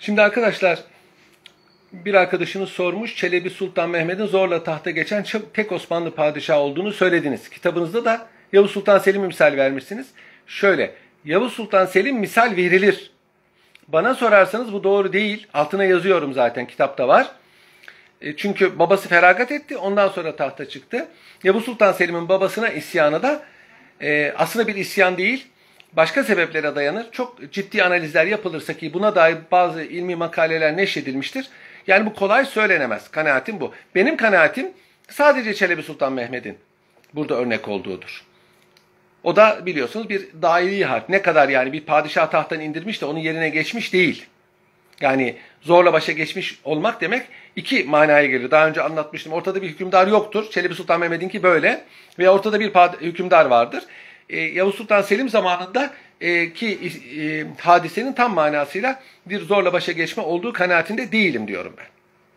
Şimdi arkadaşlar bir arkadaşınız sormuş, Çelebi Sultan Mehmet'in zorla tahta geçen tek Osmanlı padişahı olduğunu söylediniz. Kitabınızda da Yavuz Sultan Selim'i misal vermişsiniz. Şöyle, Yavuz Sultan Selim misal verilir. Bana sorarsanız bu doğru değil. Altına yazıyorum zaten, kitapta var. Çünkü babası feragat etti, ondan sonra tahta çıktı. Yavuz Sultan Selim'in babasına isyanı da aslında bir isyan değil, başka sebeplere dayanır. Çok ciddi analizler yapılırsa ki buna dair bazı ilmi makaleler neşredilmiştir. Yani bu kolay söylenemez. Kanaatim bu. Benim kanaatim sadece Çelebi Sultan Mehmet'in burada örnek olduğudur. O da biliyorsunuz bir dairi harp. Ne kadar yani bir padişah tahttan indirmiş de onun yerine geçmiş değil. Yani zorla başa geçmiş olmak demek iki manaya gelir. Daha önce anlatmıştım. Ortada bir hükümdar yoktur. Çelebi Sultan Mehmet'inki böyle. Ve ortada bir hükümdar vardır. Yavuz Sultan Selim zamanında ki hadisenin tam manasıyla bir zorla başa geçme olduğu kanaatinde değilim diyorum ben.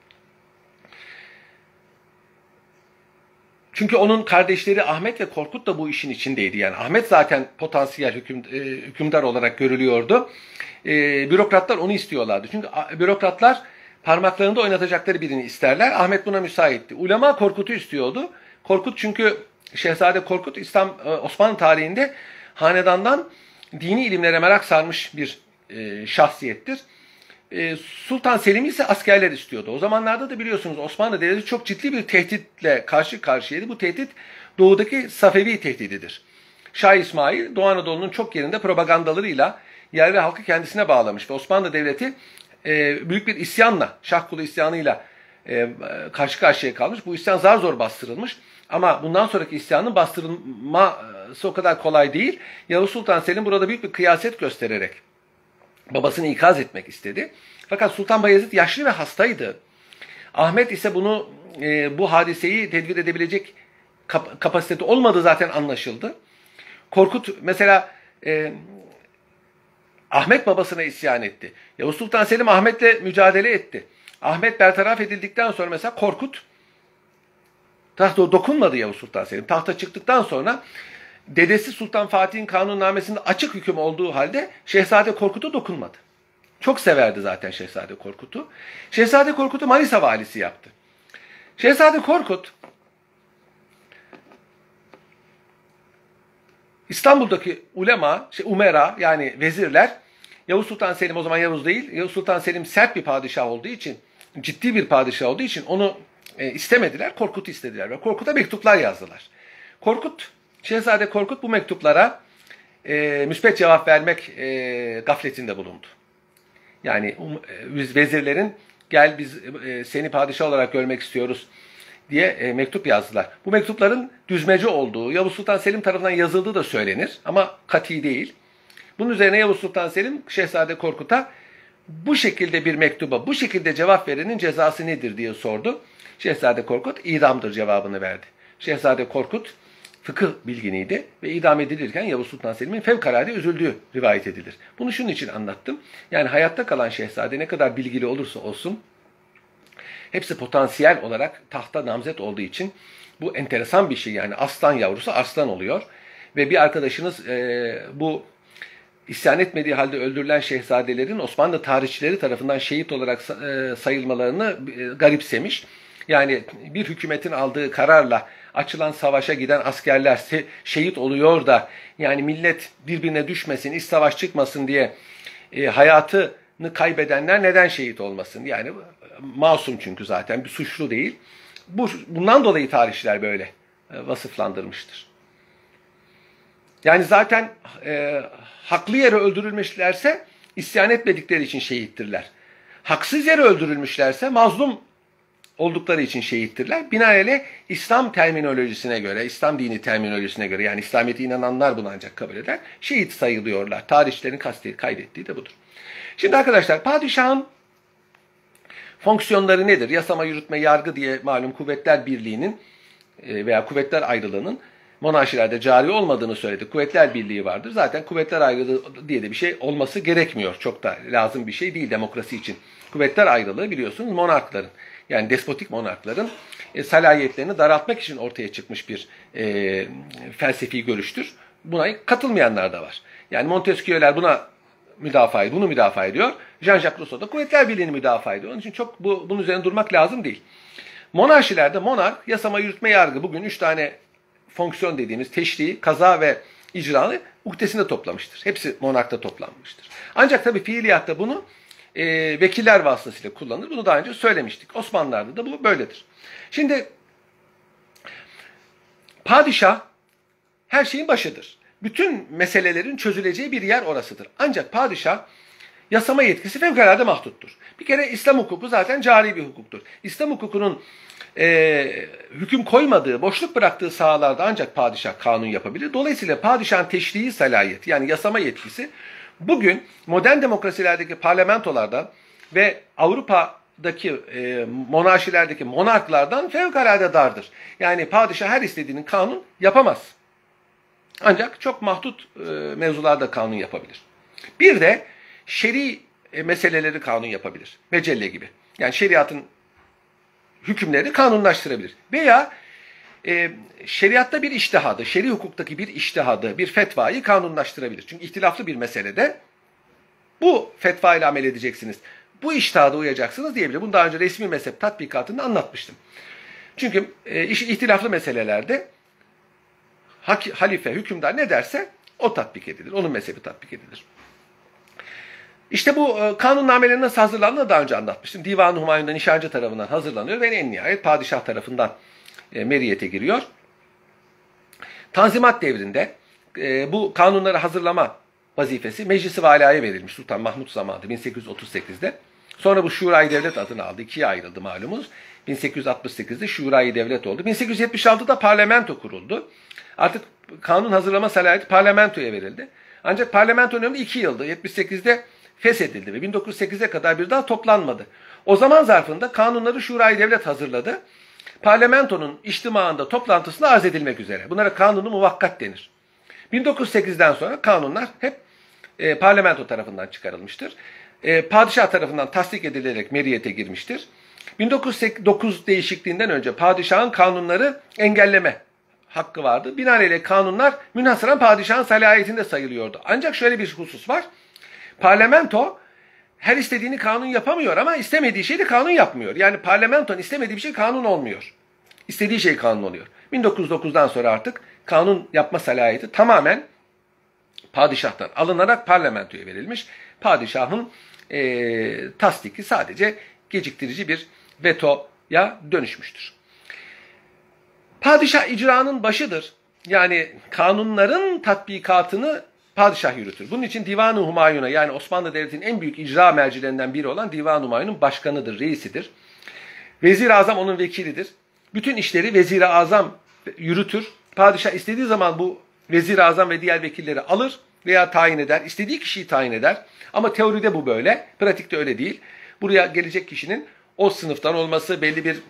Çünkü onun kardeşleri Ahmet ve Korkut da bu işin içindeydi. Yani Ahmet zaten potansiyel hükümdar olarak görülüyordu. Bürokratlar onu istiyorlardı. Çünkü bürokratlar parmaklarında oynatacakları birini isterler. Ahmet buna müsaitti. Ulema Korkut'u istiyordu. Korkut çünkü Şehzade Korkut Osmanlı tarihinde hanedandan dini ilimlere merak sarmış bir şahsiyettir. Sultan Selim ise askerler istiyordu. O zamanlarda da biliyorsunuz Osmanlı Devleti çok ciddi bir tehditle karşı karşıyaydı. Bu tehdit doğudaki Safevi tehdididir. Şah İsmail Doğu Anadolu'nun çok yerinde propagandalarıyla yerli halkı kendisine bağlamış ve Osmanlı Devleti büyük bir isyanla, Şahkulu isyanıyla karşı karşıya kalmış. Bu isyan zar zor bastırılmış. Ama bundan sonraki isyanın bastırılması o kadar kolay değil. Yavuz Sultan Selim burada büyük bir kıyaset göstererek babasını ikaz etmek istedi. Fakat Sultan Bayezid yaşlı ve hastaydı. Ahmet ise bu hadiseyi tedbir edebilecek kapasitesi olmadığı zaten anlaşıldı. Korkut mesela Ahmet babasına isyan etti. Yavuz Sultan Selim Ahmet'le mücadele etti. Ahmet bertaraf edildikten sonra mesela Korkut tahta dokunmadı Yavuz Sultan Selim. Tahta çıktıktan sonra dedesi Sultan Fatih'in kanunnamesinde açık hüküm olduğu halde Şehzade Korkut'a dokunmadı. Çok severdi zaten Şehzade Korkut'u. Şehzade Korkut'u Manisa valisi yaptı. Şehzade Korkut İstanbul'daki umera yani vezirler Yavuz Sultan Selim o zaman Yavuz değil. Yavuz Sultan Selim sert bir padişah olduğu için, ciddi bir padişah olduğu için onu istemediler. Korkut'u istediler ve Korkut'a mektuplar yazdılar. Şehzade Korkut bu mektuplara müspet cevap vermek gafletinde bulundu. Yani vezirlerin gel biz seni padişah olarak görmek istiyoruz diye mektup yazdılar. Bu mektupların düzmece olduğu, Yavuz Sultan Selim tarafından yazıldığı da söylenir ama kati değil. Bunun üzerine Yavuz Sultan Selim Şehzade Korkut'a bu şekilde bir mektuba, bu şekilde cevap verenin cezası nedir diye sordu. Şehzade Korkut idamdır cevabını verdi. Şehzade Korkut fıkıh bilginiydi ve idam edilirken Yavuz Sultan Selim'in fevkalade üzüldüğü rivayet edilir. Bunu şunun için anlattım. Yani hayatta kalan şehzade ne kadar bilgili olursa olsun hepsi potansiyel olarak tahta namzet olduğu için bu enteresan bir şey. Yani aslan yavrusu arslan oluyor. Ve bir arkadaşınız bu isyan etmediği halde öldürülen şehzadelerin Osmanlı tarihçileri tarafından şehit olarak sayılmalarını garipsemiş. Yani bir hükümetin aldığı kararla açılan savaşa giden askerler şehit oluyor da yani millet birbirine düşmesin, iç savaş çıkmasın diye hayatını kaybedenler neden şehit olmasın? Yani masum çünkü zaten bir suçlu değil. Bundan dolayı tarihçiler böyle vasıflandırmıştır. Yani zaten haklı yere öldürülmüşlerse isyan etmedikleri için şehittirler. Haksız yere öldürülmüşlerse mazlum oldukları için şehittirler. Binaenaleyh İslam terminolojisine göre, İslam dini terminolojisine göre yani İslamiyet'e inananlar bunu ancak kabul eder. Şehit sayılıyorlar. Tarihçilerin kaydettiği de budur. Şimdi arkadaşlar padişahın fonksiyonları nedir? Yasama, yürütme, yargı diye malum Kuvvetler Birliği'nin veya Kuvvetler Ayrılığı'nın monarşilerde cari olmadığını söyledi. Kuvvetler Birliği vardır. Zaten Kuvvetler Ayrılığı diye de bir şey olması gerekmiyor. Çok da lazım bir şey değil demokrasi için. Kuvvetler Ayrılığı biliyorsunuz monarkların yani despotik monarkların salayetlerini daraltmak için ortaya çıkmış bir felsefi görüştür. Buna katılmayanlar da var. Yani Montesquieu'ler buna bunu müdafaa ediyor. Jean-Jacques Rousseau da Kuvvetler Birliği'ni müdafaa ediyor. Onun için çok bunun üzerine durmak lazım değil. Monarşilerde monark, yasama, yürütme, yargı, bugün 3 tane fonksiyon dediğimiz teşriği, kaza ve icranı uhdesinde toplamıştır. Hepsi monarkta toplanmıştır. Ancak tabii fiiliyatta bunu vekiller vasıtasıyla kullanılır. Bunu daha önce söylemiştik. Osmanlılar'da da bu böyledir. Şimdi padişah her şeyin başıdır. Bütün meselelerin çözüleceği bir yer orasıdır. Ancak padişah yasama yetkisi fevkalade mahduttur. Bir kere İslam hukuku zaten cari bir hukuktur. İslam hukukunun hüküm koymadığı, boşluk bıraktığı sahalarda ancak padişah kanun yapabilir. Dolayısıyla padişahın teşrii salayeti, yani yasama yetkisi bugün modern demokrasilerdeki parlamentolardan ve Avrupa'daki monarşilerdeki monarklardan fevkalade dardır. Yani padişah her istediğini kanun yapamaz. Ancak çok mahdut mevzularda kanun yapabilir. Bir de şer'i meseleleri kanun yapabilir. Mecelle gibi. Yani şeriatın hükümleri kanunlaştırabilir. Veya şeriatta bir içtihadı, şer'i hukuktaki bir içtihadı, bir fetvayı kanunlaştırabilir. Çünkü ihtilaflı bir meselede bu fetva ile amel edeceksiniz, bu içtihada uyacaksınız diyebilir. Bunu daha önce resmi mezhep tatbikatında anlatmıştım. Çünkü ihtilaflı meselelerde halife, hükümdar ne derse o tatbik edilir. Onun mezhebi tatbik edilir. İşte bu kanunnamelerin nasıl hazırlandığını daha önce anlatmıştım. Divan-ı Humayun'da nişancı tarafından hazırlanıyor ve en nihayet padişah tarafından meriyete giriyor. Tanzimat devrinde bu kanunları hazırlama vazifesi Meclis-i Vala'ya verilmiş Sultan Mahmut zamanında 1838'de. Sonra bu Şurayı Devlet adını aldı. İkiye ayrıldı malumunuz. 1868'de Şurayı Devlet oldu. 1876'da parlamento kuruldu. Artık kanun hazırlama salayeti parlamentoya verildi. Ancak parlamento ömrü 2 yıldı. 78'de feshedildi ve 1908'e kadar bir daha toplanmadı. O zaman zarfında kanunları Şurayı Devlet hazırladı. Parlamentonun içtimaında toplantısında arz edilmek üzere. Bunlara kanunu muvakkat denir. 1908'den sonra kanunlar hep parlamento tarafından çıkarılmıştır. Padişah tarafından tasdik edilerek meriyete girmiştir. 1909 değişikliğinden önce padişahın kanunları engelleme hakkı vardı. Binaenaleyh kanunlar münhasıran padişahın salayetinde sayılıyordu. Ancak şöyle bir husus var. Parlamento her istediğini kanun yapamıyor ama istemediği şeyi de kanun yapmıyor. Yani parlamentonun istemediği bir şey kanun olmuyor. İstediği şey kanun oluyor. 1909'dan sonra artık kanun yapma salayeti tamamen padişahtan alınarak parlamentoya verilmiş. Padişahın tasdiki sadece geciktirici bir vetoya dönüşmüştür. Padişah icranın başıdır. Yani kanunların tatbikatını padişah yürütür. Bunun için Divan-ı Humayun'a, yani Osmanlı Devleti'nin en büyük icra mercilerinden biri olan Divan-ı Humayun'un başkanıdır, reisidir. Vezir-i Azam onun vekilidir. Bütün işleri Vezir-i Azam yürütür. Padişah istediği zaman bu Vezir-i Azam ve diğer vekilleri alır veya tayin eder. İstediği kişiyi tayin eder. Ama teoride bu böyle, pratikte öyle değil. Buraya gelecek kişinin o sınıftan olması, belli bir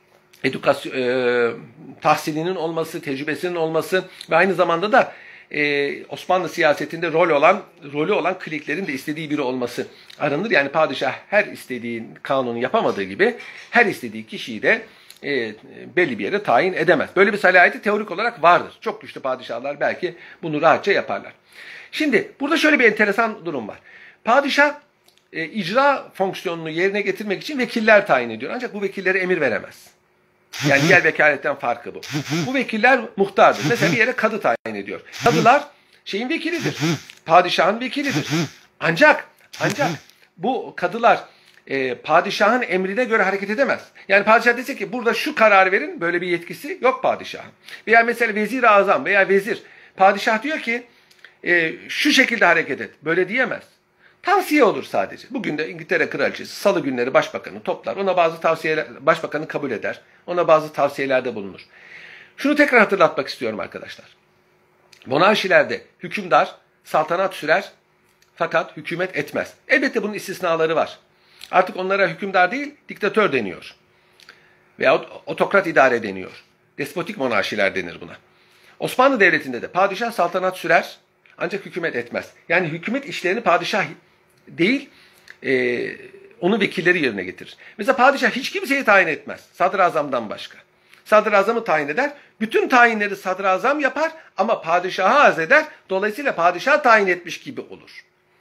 tahsilinin olması, tecrübesinin olması ve aynı zamanda da Osmanlı siyasetinde rolü olan kliklerin de istediği biri olması aranır. Yani padişah her istediği kanunu yapamadığı gibi her istediği kişiyi de belli bir yere tayin edemez. Böyle bir salayeti teorik olarak vardır. Çok güçlü padişahlar belki bunu rahatça yaparlar. Şimdi burada şöyle bir enteresan durum var. Padişah icra fonksiyonunu yerine getirmek için vekiller tayin ediyor. Ancak bu vekillere emir veremez. Yani diğer vekaletten farkı bu. Bu vekiller muhtardır. Mesela bir yere kadı tayin ediyor. Kadılar şeyin vekilidir. Padişahın vekilidir. Ancak bu kadılar padişahın emrine göre hareket edemez. Yani padişah dese ki burada şu kararı verin, böyle bir yetkisi yok padişahın. Veya mesela vezir-i azam veya vezir, padişah diyor ki şu şekilde hareket et. Böyle diyemez. Tavsiye olur sadece. Bugün de İngiltere Kraliçesi salı günleri başbakanı toplar. Ona bazı tavsiyeler, başbakanı kabul eder. Ona bazı tavsiyelerde bulunur. Şunu tekrar hatırlatmak istiyorum arkadaşlar. Monarşilerde hükümdar saltanat sürer fakat hükümet etmez. Elbette bunun istisnaları var. Artık onlara hükümdar değil, diktatör deniyor. Veyahut otokrat idare deniyor. Despotik monarşiler denir buna. Osmanlı Devleti'nde de padişah saltanat sürer ancak hükümet etmez. Yani hükümet işlerini padişah değil, onun vekilleri yerine getirir. Mesela padişah hiç kimseyi tayin etmez. Sadrazamdan başka. Sadrazamı tayin eder. Bütün tayinleri sadrazam yapar ama padişaha arz eder. Dolayısıyla padişah tayin etmiş gibi olur.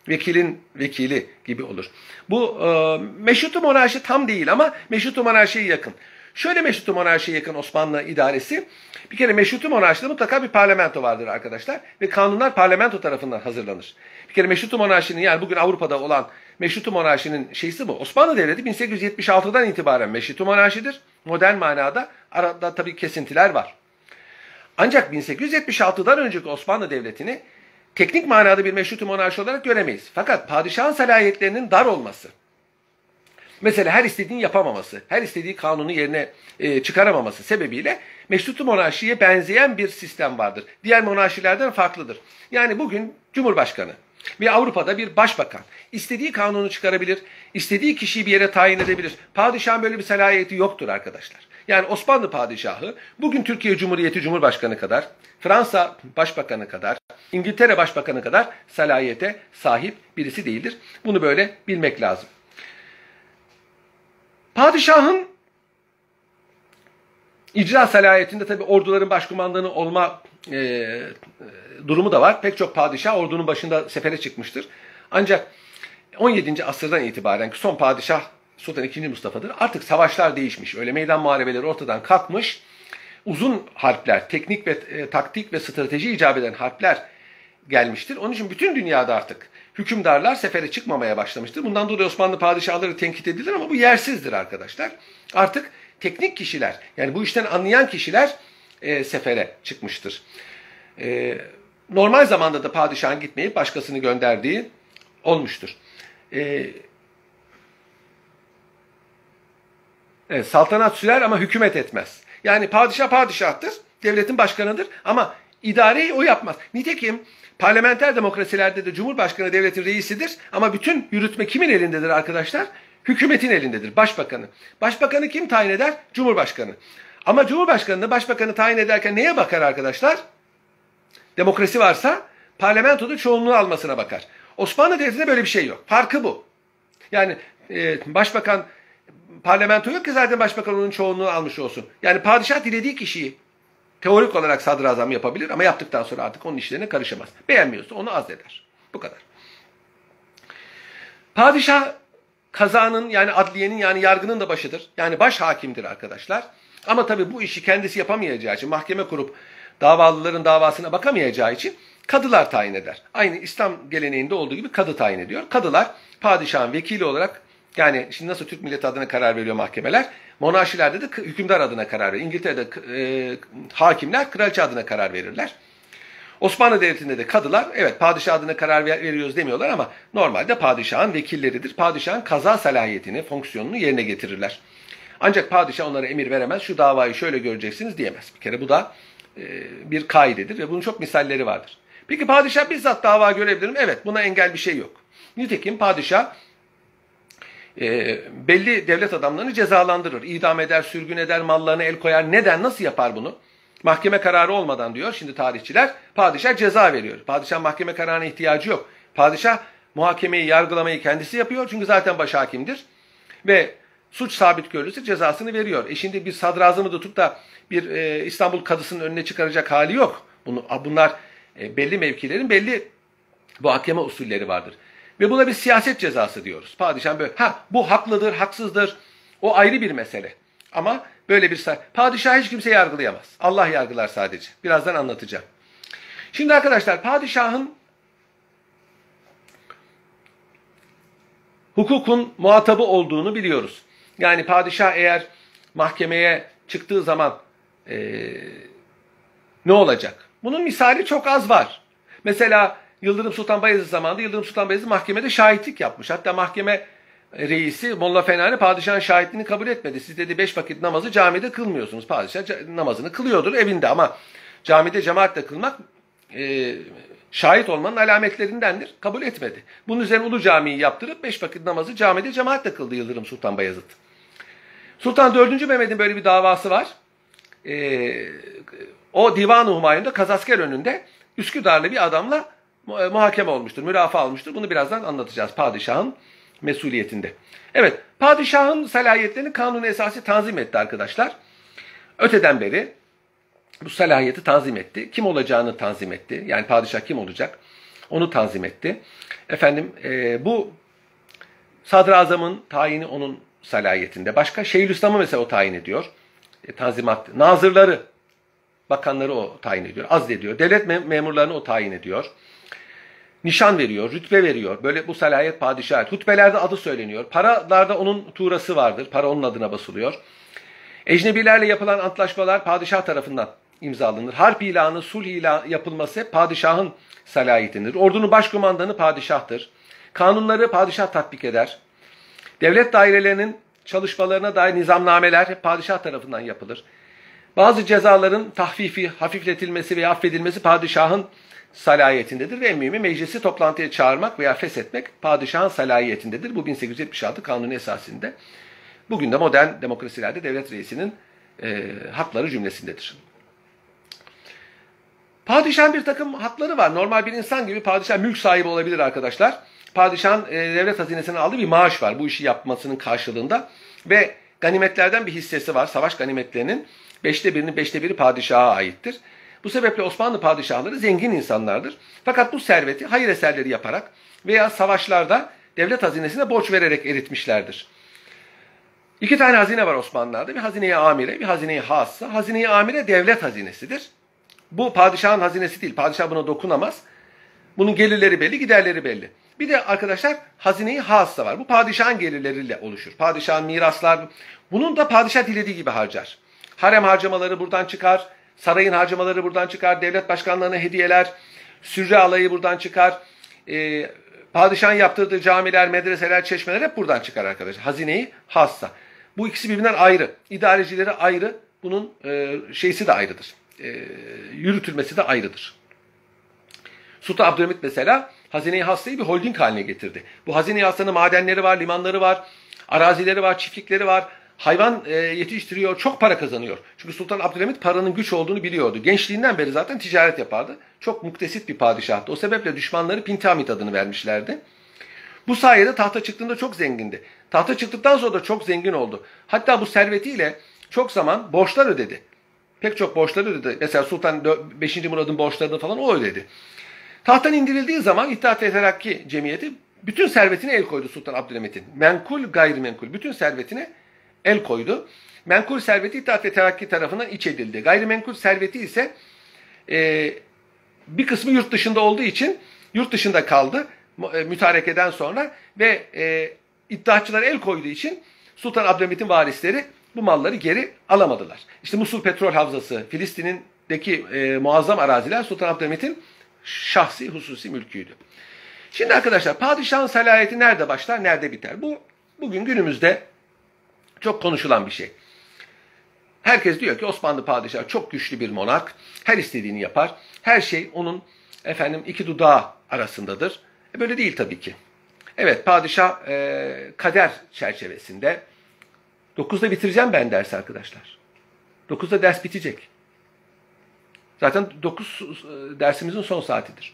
vekilin vekili gibi olur. Bu meşrutu monarşi tam değil ama meşrutu monarşiye yakın. Şöyle meşrutu monarşiye yakın Osmanlı idaresi. Bir kere meşrutu monarşide mutlaka bir parlamento vardır arkadaşlar. Ve kanunlar parlamento tarafından hazırlanır. Bir kere meşrutu monarşinin, yani bugün Avrupa'da olan meşrutu monarşinin şeysi bu. Osmanlı Devleti 1876'dan itibaren meşrutu monarşidir. Modern manada, arada tabii kesintiler var. Ancak 1876'dan önceki Osmanlı Devleti'ni teknik manada bir meşrutu monarşi olarak göremeyiz. Fakat padişahın salayetlerinin dar olması, mesela her istediğini yapamaması, her istediği kanunu yerine çıkaramaması sebebiyle meşrutu monarşiye benzeyen bir sistem vardır. Diğer monarşilerden farklıdır. Yani bugün Cumhurbaşkanı ve Avrupa'da bir başbakan istediği kanunu çıkarabilir, istediği kişiyi bir yere tayin edebilir. Padişahın böyle bir salayeti yoktur arkadaşlar. Yani Osmanlı padişahı bugün Türkiye Cumhuriyeti Cumhurbaşkanı kadar, Fransa Başbakanı kadar, İngiltere Başbakanı kadar salayete sahip birisi değildir. Bunu böyle bilmek lazım. Padişahın icra salayetinde tabi orduların başkumandanı olma durumu da var. Pek çok padişah ordunun başında sefere çıkmıştır. Ancak 17. asırdan itibaren son padişah Sultan II. Mustafa'dır. Artık savaşlar değişmiş. Öyle meydan muharebeleri ortadan kalkmış. Uzun harpler, teknik ve taktik ve strateji icap eden harpler gelmiştir. Onun için bütün dünyada artık hükümdarlar sefere çıkmamaya başlamıştır. Bundan dolayı Osmanlı padişahları tenkit edilir ama bu yersizdir arkadaşlar. Artık teknik kişiler, yani bu işten anlayan kişiler sefere çıkmıştır. Normal zamanda da padişahın gitmeyip başkasını gönderdiği olmuştur. Saltanat sürer ama hükümet etmez. Yani padişah padişahtır, devletin başkanıdır ama idareyi o yapmaz. Nitekim parlamenter demokrasilerde de Cumhurbaşkanı devletin reisidir ama bütün yürütme kimin elindedir arkadaşlar? Hükümetin elindedir, başbakanı. Başbakanı kim tayin eder? Cumhurbaşkanı. Ama Cumhurbaşkanı başbakanı tayin ederken neye bakar arkadaşlar? Demokrasi varsa parlamentoda çoğunluğu almasına bakar. Osmanlı Devleti'nde böyle bir şey yok. Farkı bu. Yani başbakan, parlamento yok ki zaten başbakan onun çoğunluğu almış olsun. Yani padişah dilediği kişiyi teorik olarak sadrazam yapabilir ama yaptıktan sonra artık onun işlerine karışamaz. Beğenmiyorsa onu azleder. Bu kadar. Padişah kazanın, yani adliyenin, yani yargının da başıdır. Yani baş hakimdir arkadaşlar. Ama tabii bu işi kendisi yapamayacağı için, mahkeme kurup davalıların davasına bakamayacağı için kadılar tayin eder. Aynı İslam geleneğinde olduğu gibi kadı tayin ediyor. Kadılar padişahın vekili olarak, yani şimdi nasıl Türk milleti adına karar veriyor mahkemeler, monarşilerde de hükümdar adına karar verir. İngiltere'de hakimler kraliçe adına karar verirler. Osmanlı Devleti'nde de kadılar, evet padişah adına karar veriyoruz demiyorlar ama normalde padişahın vekilleridir. Padişahın kaza salahiyetini, fonksiyonunu yerine getirirler. Ancak padişah onlara emir veremez, şu davayı şöyle göreceksiniz diyemez. Bir kere bu da bir kaidedir ve bunun çok misalleri vardır. Peki padişah bizzat dava görebilir mi? Evet, buna engel bir şey yok. Nitekim padişah belli devlet adamlarını cezalandırır. İdam eder, sürgün eder, mallarına el koyar. Neden, nasıl yapar bunu? Mahkeme kararı olmadan diyor şimdi tarihçiler, padişah ceza veriyor. Padişah mahkeme kararına ihtiyacı yok. Padişah muhakemeyi, yargılamayı kendisi yapıyor çünkü zaten başhakimdir. Ve suç sabit görülürse cezasını veriyor. Şimdi bir sadrazamı tutup da bir İstanbul kadısının önüne çıkaracak hali yok. Bunlar belli mevkilerin belli muhakeme usulleri vardır. Ve buna bir siyaset cezası diyoruz. Padişah böyle, bu haklıdır, haksızdır, o ayrı bir mesele. Ama böyle bir padişah hiç kimse yargılayamaz. Allah yargılar sadece. Birazdan anlatacağım. Şimdi arkadaşlar padişahın hukukun muhatabı olduğunu biliyoruz. Yani padişah eğer mahkemeye çıktığı zaman ne olacak? Bunun misali çok az var. Mesela Yıldırım Sultan Bayezid zamanında Yıldırım Sultan Bayezid mahkemede şahitlik yapmış. Hatta mahkeme reisi Molla Fenari padişahın şahitliğini kabul etmedi. Siz dedi 5 vakit namazı camide kılmıyorsunuz. Padişah namazını kılıyordur evinde ama camide cemaatle kılmak şahit olmanın alametlerindendir. Kabul etmedi. Bunun üzerine Ulu Cami'yi yaptırıp 5 vakit namazı camide cemaatle kıldı Yıldırım Sultan Bayezid. Sultan 4. Mehmet'in böyle bir davası var. O Divan-ı Humayun'da Kazasker önünde Üsküdar'lı bir adamla muhakeme olmuştur, mürafaa almıştır. Bunu birazdan anlatacağız padişahın mesuliyetinde. Evet, padişahın salahiyetlerini kanun esası tanzim etti arkadaşlar. Öteden beri bu salahiyeti tanzim etti. Kim olacağını tanzim etti. Yani padişah kim olacak? Onu tanzim etti. Bu Sadrazam'ın tayini onun salayetinde. Başka Şeyhülislam'ı mesela o tayin ediyor. Tanzimat, nazırları, bakanları o tayin ediyor, azlediyor. Devlet memurlarını o tayin ediyor. Nişan veriyor, rütbe veriyor. Böyle bu salayet padişah. Hutbelerde adı söyleniyor. Paralarda onun tuğrası vardır. Para onun adına basılıyor. Ecnebilerle yapılan antlaşmalar padişah tarafından imzalanır. Harp ilanı, sulh ilanı yapılması padişahın salayetindir. Ordunun başkumandanı padişahtır. Kanunları padişah tatbik eder. Devlet dairelerinin çalışmalarına dair nizamnameler hep padişah tarafından yapılır. Bazı cezaların tahfifi, hafifletilmesi veya affedilmesi padişahın salayetindedir ve en mühimi meclisi toplantıya çağırmak veya feshetmek padişahın salayetindedir. Bu 1876 kanunu esasında. Bugün de modern demokrasilerde devlet reisinin hakları cümlesindedir. Padişahın bir takım hakları var. Normal bir insan gibi padişah mülk sahibi olabilir arkadaşlar. Padişahın devlet hazinesinden aldığı bir maaş var bu işi yapmasının karşılığında. Ve ganimetlerden bir hissesi var. Savaş ganimetlerinin 1/5'i padişaha aittir. Bu sebeple Osmanlı padişahları zengin insanlardır. Fakat bu serveti hayır eserleri yaparak veya savaşlarda devlet hazinesine borç vererek eritmişlerdir. İki tane hazine var Osmanlılar'da. Bir hazine-i amire, bir hazine-i hassa. Hazine-i amire devlet hazinesidir. Bu padişahın hazinesi değil. Padişah buna dokunamaz. Bunun gelirleri belli, giderleri belli. Bir de arkadaşlar hazine-i hassa var. Bu padişahın gelirleriyle oluşur. Padişahın miraslar, bunun da padişah dilediği gibi harcar. Harem harcamaları buradan çıkar. Sarayın harcamaları buradan çıkar. Devlet başkanlarına hediyeler, sürre alayı buradan çıkar. Padişahın yaptırdığı camiler, medreseler, çeşmeler hep buradan çıkar arkadaşlar. Hazine-i hassa. Bu ikisi birbirinden ayrı. İdarecileri ayrı. Bunun şeysi de ayrıdır. Yürütülmesi de ayrıdır. Sultan Abdülhamit mesela hazine-i hassayı bir holding haline getirdi. Bu hazine-i hassanın madenleri var, limanları var, arazileri var, çiftlikleri var. Hayvan yetiştiriyor, çok para kazanıyor. Çünkü Sultan Abdülhamit paranın güç olduğunu biliyordu. Gençliğinden beri zaten ticaret yapardı. Çok muktesit bir padişahtı. O sebeple düşmanları Pintamit adını vermişlerdi. Bu sayede tahta çıktığında çok zengindi. Tahta çıktıktan sonra da çok zengin oldu. Hatta bu servetiyle çok zaman borçlar ödedi. Pek çok borçları ödedi. Mesela Sultan 5. Murad'ın borçlarını falan o ödedi. Tahttan indirildiği zaman İttihat ve Terakki Cemiyeti bütün servetine el koydu Sultan Abdülhamit'in. Menkul, gayrimenkul bütün servetine el koydu. Menkul serveti İttihat ve Terakki tarafından iç edildi. Gayrimenkul serveti ise bir kısmı yurt dışında olduğu için yurt dışında kaldı mütarekeden sonra ve iddiatçılar el koyduğu için Sultan Abdülhamit'in varisleri bu malları geri alamadılar. İşte Musul Petrol Havzası, Filistin'deki muazzam araziler Sultan Abdülhamit'in şahsi, hususi mülküydü. Şimdi arkadaşlar padişahın salayeti nerede başlar, nerede biter? Bu bugün günümüzde çok konuşulan bir şey. Herkes diyor ki Osmanlı padişahı çok güçlü bir monark, her istediğini yapar. Her şey onun iki dudağı arasındadır. Böyle değil tabii ki. Evet padişah kader çerçevesinde 9'da bitireceğim ben dersi arkadaşlar. 9'da ders bitecek. Zaten 9 dersimizin son saatidir.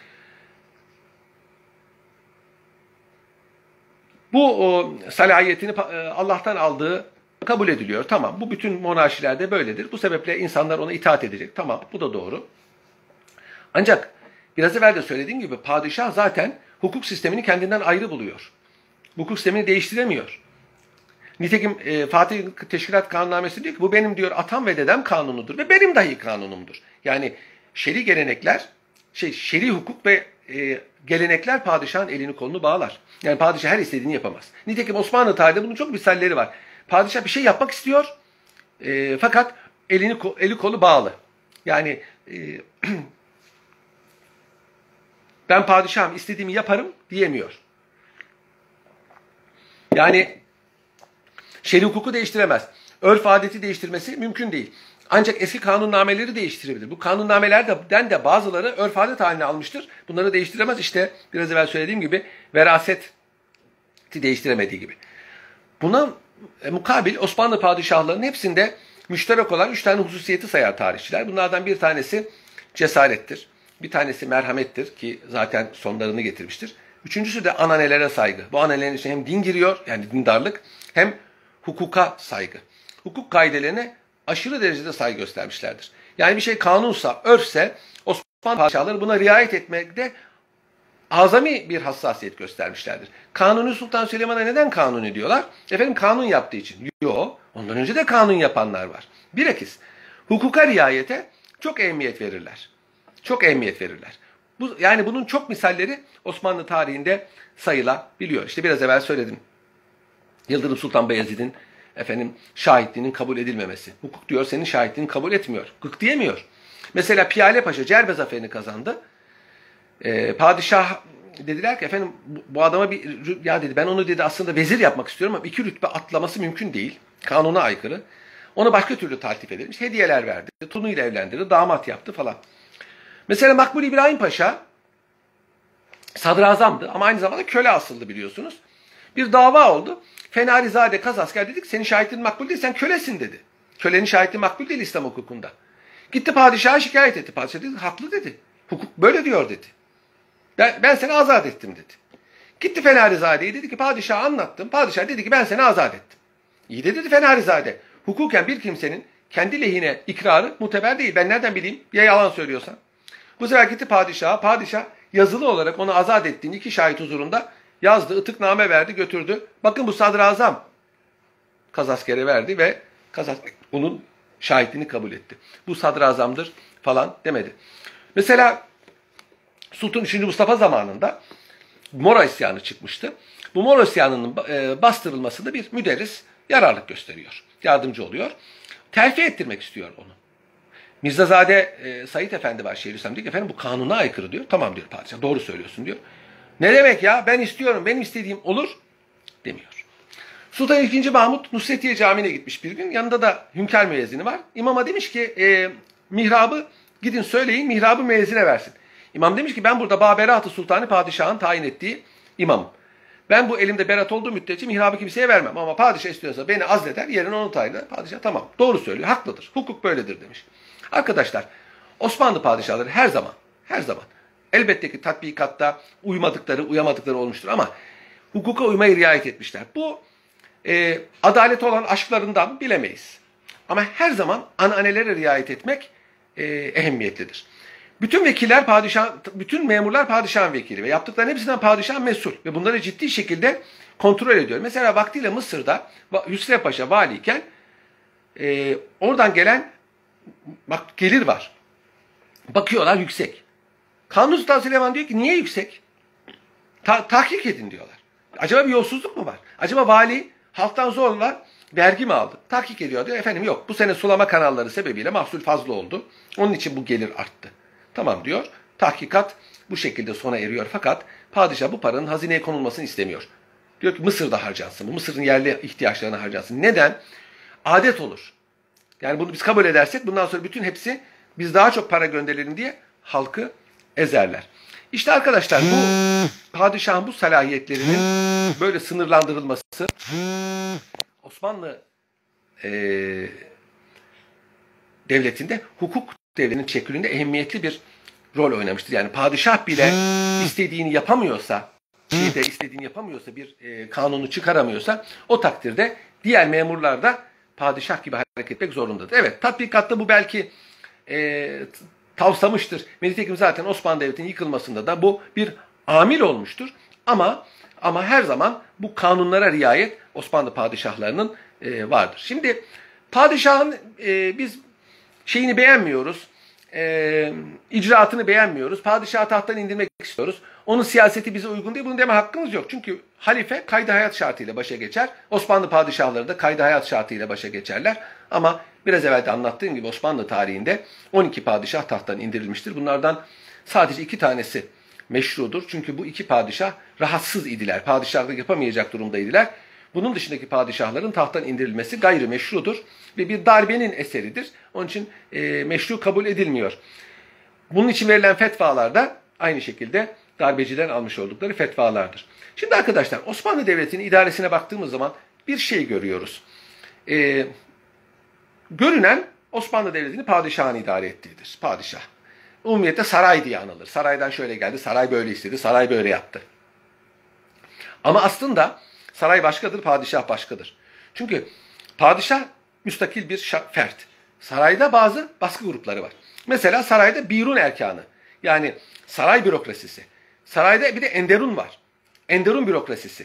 Bu salayetini Allah'tan aldığı kabul ediliyor. Tamam bu bütün monarşilerde böyledir. Bu sebeple insanlar ona itaat edecek. Tamam bu da doğru. Ancak biraz evvel de söylediğim gibi padişah zaten hukuk sistemini kendinden ayrı buluyor. Hukuk sistemini değiştiremiyor. Nitekim Fatih Teşkilat Kanunnamesi diyor ki bu benim diyor atam ve dedem kanunudur ve benim dahi kanunumdur. Yani şer'i gelenekler, şer'i hukuk ve gelenekler padişahın elini kolunu bağlar. Yani padişah her istediğini yapamaz. Nitekim Osmanlı tarihinde bunun çok misalleri var. Padişah bir şey yapmak istiyor fakat eli kolu bağlı. Yani ben padişahım istediğimi yaparım diyemiyor. Yani şer'i hukuku değiştiremez. Örf adeti değiştirmesi mümkün değil. Ancak eski kanunnameleri değiştirebilir. Bu kanunnamelerden de bazıları örf adet haline almıştır. Bunları değiştiremez. İşte biraz evvel söylediğim gibi veraseti değiştiremediği gibi. Buna mukabil Osmanlı padişahlarının hepsinde müşterek olan 3 tane hususiyeti sayar tarihçiler. Bunlardan bir tanesi cesarettir. Bir tanesi merhamettir ki zaten sonlarını getirmiştir. Üçüncüsü de ananelere saygı. Bu ananelerin içine hem din giriyor yani dindarlık hem hukuka saygı. Hukuk kaidelerine aşırı derecede saygı göstermişlerdir. Yani bir şey kanunsa, örfse Osmanlı padişahları buna riayet etmekte azami bir hassasiyet göstermişlerdir. Kanuni Sultan Süleyman'a neden Kanuni diyorlar? Efendim kanun yaptığı için. Yok. Ondan önce de kanun yapanlar var. Bilakis hukuka riayete çok ehemmiyet verirler. Çok ehemmiyet verirler. Yani bunun çok misalleri Osmanlı tarihinde sayılabiliyor. İşte biraz evvel söyledim. Yıldırım Sultan Beyazıt'ın şahitliğinin kabul edilmemesi. Hukuk diyor senin şahitliğini kabul etmiyor. Hukuk diyemiyor. Mesela Piyale Paşa Cerbe zaferini kazandı. Padişah dediler ki efendim bu adama ya dedi ben onu dedi aslında vezir yapmak istiyorum ama 2 rütbe atlaması mümkün değil. Kanuna aykırı. Onu başka türlü taltif edilmiş. Hediyeler verdi. Tunu ile evlendirdi. Damat yaptı falan. Mesela Makbul İbrahim Paşa sadrazamdı ama aynı zamanda köle asıldı biliyorsunuz. Bir dava oldu. Fenarizade Kazasker dedik senin şahitliğin makbul değil sen kölesin dedi. Kölenin şahitliği makbul değil İslam hukukunda. Gitti padişaha şikayet etti. Padişah dedi haklı dedi. Hukuk böyle diyor dedi. Ben seni azat ettim dedi. Gitti Fenarizade'ye dedi ki padişaha anlattım. Padişah dedi ki ben seni azat ettim. İyi de dedi Fenarizade. Hukuken bir kimsenin kendi lehine ikrarı muteber değil. Ben nereden bileyim ya yalan söylüyorsan. Bu sefer gitti padişaha. Padişah yazılı olarak onu azat ettiğini 2 şahit huzurunda yazdı. Itıkname verdi götürdü. Bakın bu sadrazam Kazasker'e verdi ve Kazasker onun şahitliğini kabul etti. Bu sadrazamdır falan demedi. Mesela Sultan 3. Mustafa zamanında Mora isyanı çıkmıştı. Bu Mora isyanının bastırılmasında bir müderris yararlık gösteriyor. Yardımcı oluyor. Terfi ettirmek istiyor onu. Mirzazade Said Efendi var Şeyhülislam diyor ki efendim bu kanuna aykırı diyor. Tamam diyor padişah doğru söylüyorsun diyor. Ne demek ya ben istiyorum benim istediğim olur demiyor. Sultan II. Mahmut Nusretiye Camii'ne gitmiş bir gün. Yanında da hünkâr müezzini var. İmama demiş ki mihrabı gidin söyleyin mihrabı müezzine versin. İmam demiş ki ben burada Baberat-ı Sultanı padişahın tayin ettiği imamım. Ben bu elimde berat olduğu müddetçe mihrabı kimseye vermem. Ama padişah istiyorsa beni azleder yerine onu tayin eder. Padişah tamam doğru söylüyor haklıdır. Hukuk böyledir demiş. Arkadaşlar Osmanlı padişahları her zaman elbette ki tatbikatta uyamadıkları olmuştur ama hukuka uymayı riayet etmişler. Bu adalet olan aşklarından bilemeyiz. Ama her zaman anaanelere riayet etmek ehemmiyetlidir. Bütün memurlar padişahın vekili ve yaptıklarının hepsinden padişah mesul ve bunları ciddi şekilde kontrol ediyor. Mesela vaktiyle Mısır'da Hüsrev Paşa valiyken oradan gelen gelir var. Bakıyorlar yüksek. Kanuni Sultan Süleyman diyor ki niye yüksek? Tahkik edin diyorlar. Acaba bir yolsuzluk mu var? Acaba vali halktan zorla vergi mi aldı? Tahkik ediyor diyor. Efendim yok bu sene sulama kanalları sebebiyle mahsul fazla oldu. Onun için bu gelir arttı. Tamam diyor. Tahkikat bu şekilde sona eriyor fakat padişah bu paranın hazineye konulmasını istemiyor. Diyor ki Mısır'da harcansın. Bu Mısır'ın yerli ihtiyaçlarına harcansın. Neden? Adet olur. Yani bunu biz kabul edersek bundan sonra bütün hepsi biz daha çok para gönderelim diye halkı ezerler. İşte arkadaşlar bu padişahın bu salahiyetlerinin böyle sınırlandırılması Osmanlı devletinde hukuk devletinin teşekkülünde ehemmiyetli bir rol oynamıştır. Yani padişah bile istediğini yapamıyorsa, bir kanunu çıkaramıyorsa o takdirde diğer memurlar da padişah gibi hareket etmek zorundadır. Evet, tatbikatta bu belki tavsamıştır. Nitekim zaten Osmanlı Devleti'nin yıkılmasında da bu bir amil olmuştur. Ama her zaman bu kanunlara riayet Osmanlı padişahlarının vardır. Şimdi padişahın biz şeyini beğenmiyoruz, icraatını beğenmiyoruz. Padişahı tahttan indirmek istiyoruz. Onun siyaseti bize uygun değil. Bunu deme hakkımız yok. Çünkü halife kaydı hayat şartıyla başa geçer. Osmanlı padişahları da kaydı hayat şartıyla başa geçerler. Ama biraz evvel de anlattığım gibi Osmanlı tarihinde 12 padişah tahttan indirilmiştir. Bunlardan sadece 2 tanesi meşrudur. Çünkü bu 2 padişah rahatsız idiler. Padişahlık yapamayacak durumdaydılar. Bunun dışındaki padişahların tahttan indirilmesi gayrimeşrudur ve bir darbenin eseridir. Onun için meşru kabul edilmiyor. Bunun için verilen fetvalar da aynı şekilde darbecilerin almış oldukları fetvalardır. Şimdi arkadaşlar Osmanlı Devleti'nin idaresine baktığımız zaman bir şey görüyoruz. Görünen Osmanlı Devleti'ni padişahın idare ettiğidir. Padişah. Umumiyette saray diye anılır. Saraydan şöyle geldi, saray böyle istedi, saray böyle yaptı. Ama aslında saray başkadır, padişah başkadır. Çünkü padişah müstakil bir fert. Sarayda bazı baskı grupları var. Mesela sarayda birun erkanı, yani saray bürokrasisi, Sarayda bir de Enderun var. Enderun bürokrasisi.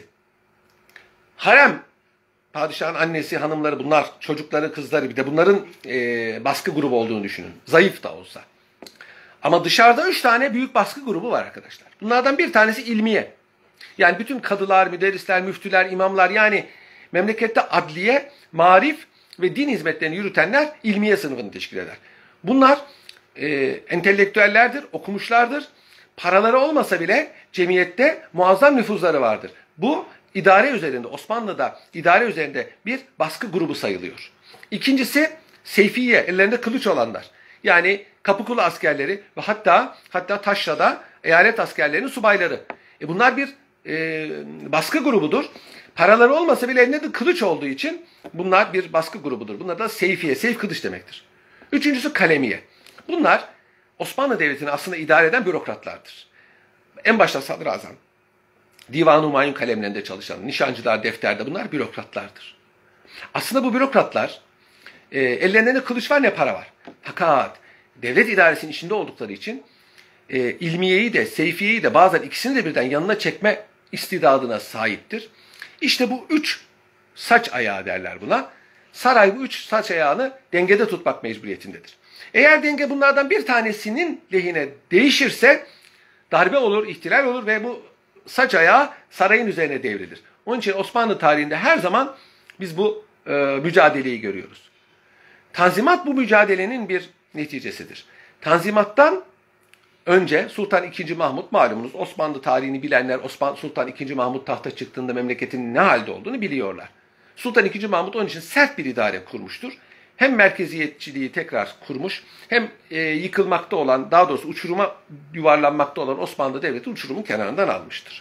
Harem, padişahın annesi, hanımları, bunlar, çocukları, kızları, bir de bunların baskı grubu olduğunu düşünün. Zayıf da olsa. Ama dışarıda 3 tane büyük baskı grubu var arkadaşlar. Bunlardan bir tanesi ilmiye. Yani bütün kadılar, müderrisler, müftüler, imamlar, yani memlekette adliye, marif ve din hizmetlerini yürütenler ilmiye sınıfını teşkil eder. Bunlar entelektüellerdir, okumuşlardır. Paraları olmasa bile cemiyette muazzam nüfuzları vardır. Bu idare üzerinde, Osmanlı'da idare üzerinde bir baskı grubu sayılıyor. İkincisi seyfiye, ellerinde kılıç olanlar. Yani Kapıkulu askerleri ve hatta Taşra'da eyalet askerlerinin subayları. Bunlar bir baskı grubudur. Paraları olmasa bile elinde de kılıç olduğu için bunlar bir baskı grubudur. Bunlar da seyfiye, seyf kılıç demektir. Üçüncüsü kalemiye. Bunlar Osmanlı Devleti'ni aslında idare eden bürokratlardır. En başta sadrazam, Divan-ı Humayun kalemlerinde çalışan, nişancılar, defterde, bunlar bürokratlardır. Aslında bu bürokratlar ellerinde ne kılıç var ne para var. Fakat devlet idaresinin içinde oldukları için ilmiyeyi de, seyfiyeyi de, bazen ikisini de birden yanına çekme istidadına sahiptir. İşte bu 3 saç ayağı derler buna. Saray bu 3 saç ayağını dengede tutmak mecburiyetindedir. Eğer denge bunlardan bir tanesinin lehine değişirse darbe olur, ihtilal olur ve bu saç ayağı sarayın üzerine devrilir. Onun için Osmanlı tarihinde her zaman biz bu mücadeleyi görüyoruz. Tanzimat bu mücadelenin bir neticesidir. Tanzimattan önce Sultan II. Mahmut, malumunuz Osmanlı tarihini bilenler Sultan II. Mahmut tahta çıktığında memleketin ne halde olduğunu biliyorlar. Sultan II. Mahmut onun için sert bir idare kurmuştur. Hem merkeziyetçiliği tekrar kurmuş, hem yıkılmakta olan, daha doğrusu uçuruma yuvarlanmakta olan Osmanlı Devleti uçurumun kenarından almıştır.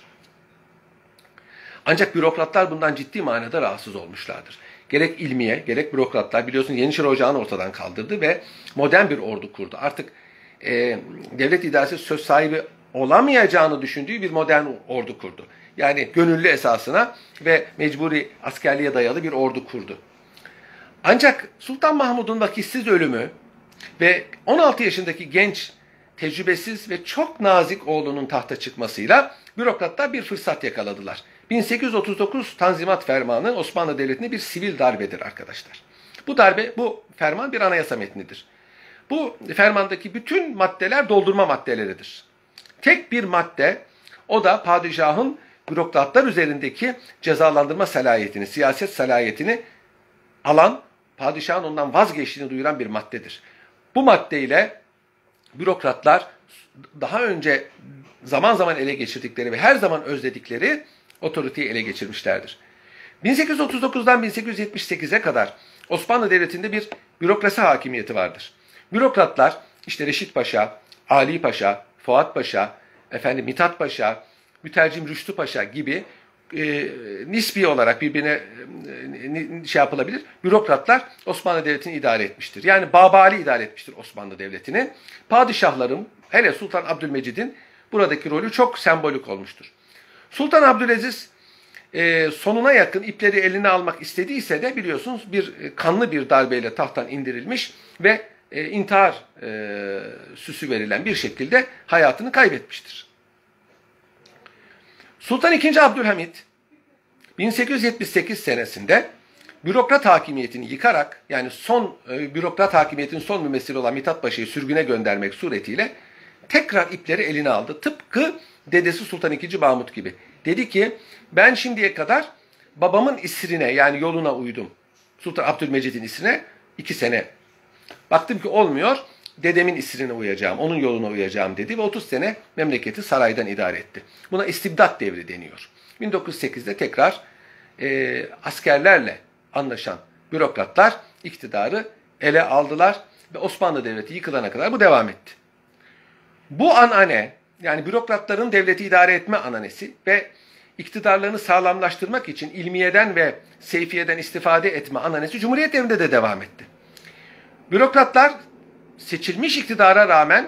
Ancak bürokratlar bundan ciddi manada rahatsız olmuşlardır. Gerek ilmiye, gerek bürokratlar, biliyorsunuz Yeniçeri Ocağı'nı ortadan kaldırdı ve modern bir ordu kurdu. Artık devlet idaresi söz sahibi olamayacağını düşündüğü bir modern ordu kurdu. Yani gönüllü esasına ve mecburi askerliğe dayalı bir ordu kurdu. Ancak Sultan Mahmud'un vakitsiz ölümü ve 16 yaşındaki genç, tecrübesiz ve çok nazik oğlunun tahta çıkmasıyla bürokratlar bir fırsat yakaladılar. 1839 Tanzimat Fermanı Osmanlı Devleti'ne bir sivil darbedir arkadaşlar. Bu ferman bir anayasa metnidir. Bu fermandaki bütün maddeler doldurma maddeleridir. Tek bir madde, o da padişahın bürokratlar üzerindeki cezalandırma salayetini, siyaset salayetini alan, padişahın ondan vazgeçtiğini duyuran bir maddedir. Bu maddeyle bürokratlar daha önce zaman zaman ele geçirdikleri ve her zaman özledikleri otoriteyi ele geçirmişlerdir. 1839'dan 1878'e kadar Osmanlı Devleti'nde bir bürokrasi hakimiyeti vardır. Bürokratlar işte Reşit Paşa, Ali Paşa, Fuat Paşa, Mithat Paşa, Mütercim Rüştü Paşa gibi nispi olarak birbirine yapılabilir. Bürokratlar Osmanlı Devleti'ni idare etmiştir. Yani Babali idare etmiştir Osmanlı Devleti'ni. Padişahların, hele Sultan Abdülmecid'in buradaki rolü çok sembolik olmuştur. Sultan Abdülaziz sonuna yakın ipleri eline almak istediyse de biliyorsunuz kanlı bir darbeyle tahttan indirilmiş ve intihar süsü verilen bir şekilde hayatını kaybetmiştir. Sultan II. Abdülhamit 1878 senesinde bürokrat hakimiyetini yıkarak, yani bürokrat hakimiyetinin son mümessili olan Mithat Paşa'yı sürgüne göndermek suretiyle tekrar ipleri eline aldı. Tıpkı dedesi Sultan II. Mahmut gibi. Dedi ki ben şimdiye kadar babamın isrine, yani yoluna uydum. Sultan Abdülmecid'in isrine 2 sene. Baktım ki olmuyor, dedemin isrine uyacağım, onun yoluna uyacağım dedi ve 30 sene memleketi saraydan idare etti. Buna istibdat devri deniyor. 1908'de tekrar askerlerle anlaşan bürokratlar iktidarı ele aldılar ve Osmanlı Devleti yıkılana kadar bu devam etti. Bu anane, yani bürokratların devleti idare etme ananesi ve iktidarlarını sağlamlaştırmak için ilmiyeden ve seyfiyeden istifade etme ananesi Cumhuriyet devrinde de devam etti. Bürokratlar seçilmiş iktidara rağmen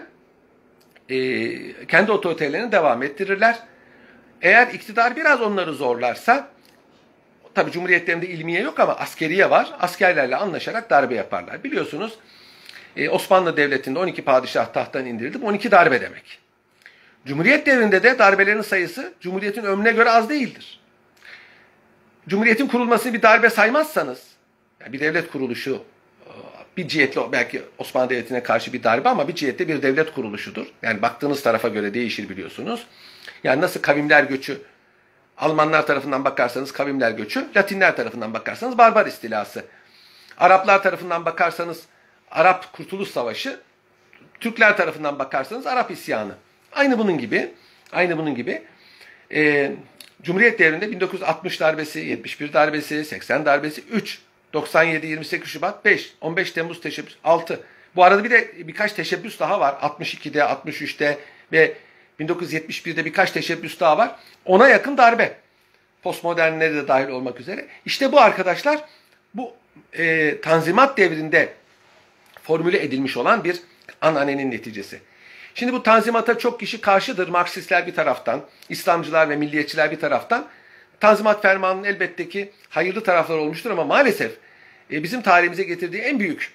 kendi otoritelerini devam ettirirler. Eğer iktidar biraz onları zorlarsa, tabii Cumhuriyet devrinde ilmiye yok ama askeriye var. Askerlerle anlaşarak darbe yaparlar. Biliyorsunuz Osmanlı Devleti'nde 12 padişah tahttan indirildi. 12 darbe demek. Cumhuriyet devrinde de darbelerin sayısı Cumhuriyet'in ömrüne göre az değildir. Cumhuriyet'in kurulmasını bir darbe saymazsanız, yani bir devlet kuruluşu bir cihetle belki Osmanlı Devleti'ne karşı bir darbe ama bir cihette bir devlet kuruluşudur. Yani baktığınız tarafa göre değişir biliyorsunuz. Yani nasıl kavimler göçü, Almanlar tarafından bakarsanız kavimler göçü, Latinler tarafından bakarsanız barbar istilası. Araplar tarafından bakarsanız Arap Kurtuluş Savaşı, Türkler tarafından bakarsanız Arap isyanı. Aynı bunun gibi. Cumhuriyet devrinde 1960 darbesi, 71 darbesi, 80 darbesi, 3, 97, 28 Şubat, 5, 15 Temmuz teşebbüs, 6. Bu arada bir de birkaç teşebbüs daha var. 62'de, 63'te ve 1971'de birkaç teşebbüs daha var. 10'a yakın darbe. Postmodernleri de dahil olmak üzere. İşte bu arkadaşlar, bu Tanzimat devrinde formüle edilmiş olan bir ananenin neticesi. Şimdi bu tanzimata çok kişi karşıdır. Marksistler bir taraftan, İslamcılar ve milliyetçiler bir taraftan. Tanzimat fermanının elbette ki hayırlı tarafları olmuştur ama maalesef bizim tarihimize getirdiği en büyük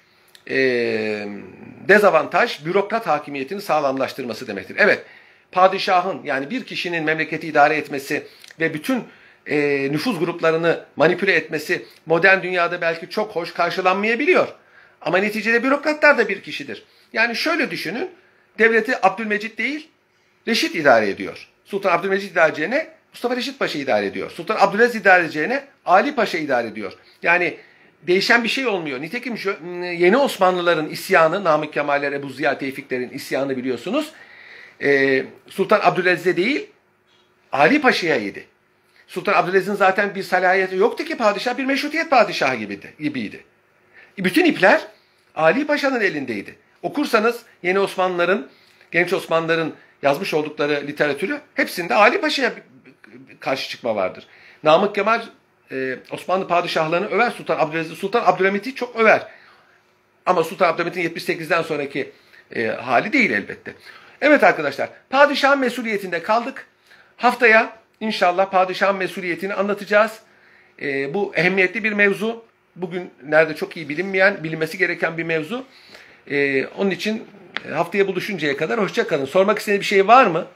dezavantaj bürokrat hakimiyetini sağlamlaştırması demektir. Evet, padişahın yani bir kişinin memleketi idare etmesi ve bütün nüfuz gruplarını manipüle etmesi modern dünyada belki çok hoş karşılanmayabiliyor. Ama neticede bürokratlar da bir kişidir. Yani şöyle düşünün, devleti Abdülmecit değil, Reşit idare ediyor. Sultan Abdülmecit idare edeceğine Mustafa Reşit Paşa idare ediyor. Sultan Abdülaziz idare edeceğine Ali Paşa idare ediyor. Yani değişen bir şey olmuyor. Nitekim şu yeni Osmanlıların isyanı, Namık Kemaller, Ebu Ziya Tevfiklerin isyanı biliyorsunuz. Sultan Abdülaziz'e değil, Ali Paşa'ya yedi. Sultan Abdülaziz'in zaten bir salahiyeti yoktu ki padişah, bir meşrutiyet padişahı gibiydi. Bütün ipler Ali Paşa'nın elindeydi. Okursanız yeni Osmanlıların, genç Osmanlıların yazmış oldukları literatürü hepsinde Ali Paşa'ya karşı çıkma vardır. Namık Kemal Osmanlı padişahlarını över, Sultan Abdülaziz, Sultan Abdülhamit'i çok över. Ama Sultan Abdülhamit'in 78'den sonraki hali değil elbette. Evet arkadaşlar, padişahın mesuliyetinde kaldık. Haftaya inşallah padişahın mesuliyetini anlatacağız. Bu ehemmiyetli bir mevzu. Bugünlerde çok iyi bilinmeyen, bilinmesi gereken bir mevzu. Onun için haftaya buluşuncaya kadar hoşça kalın. Sormak istediğiniz bir şey var mı?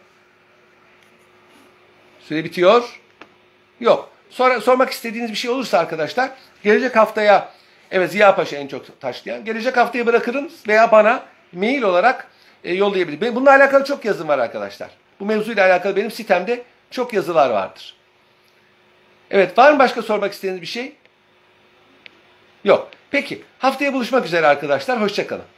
Süre bitiyor. Yok. Sormak istediğiniz bir şey olursa arkadaşlar, gelecek haftaya, evet Ziya Paşa en çok taşlayan, gelecek haftaya bırakırım veya bana mail olarak yollayabilir. Bununla alakalı çok yazım var arkadaşlar. Bu mevzuyla alakalı benim sitemde çok yazılar vardır. Evet, var mı başka sormak istediğiniz bir şey? Yok. Peki, haftaya buluşmak üzere arkadaşlar. Hoşça kalın.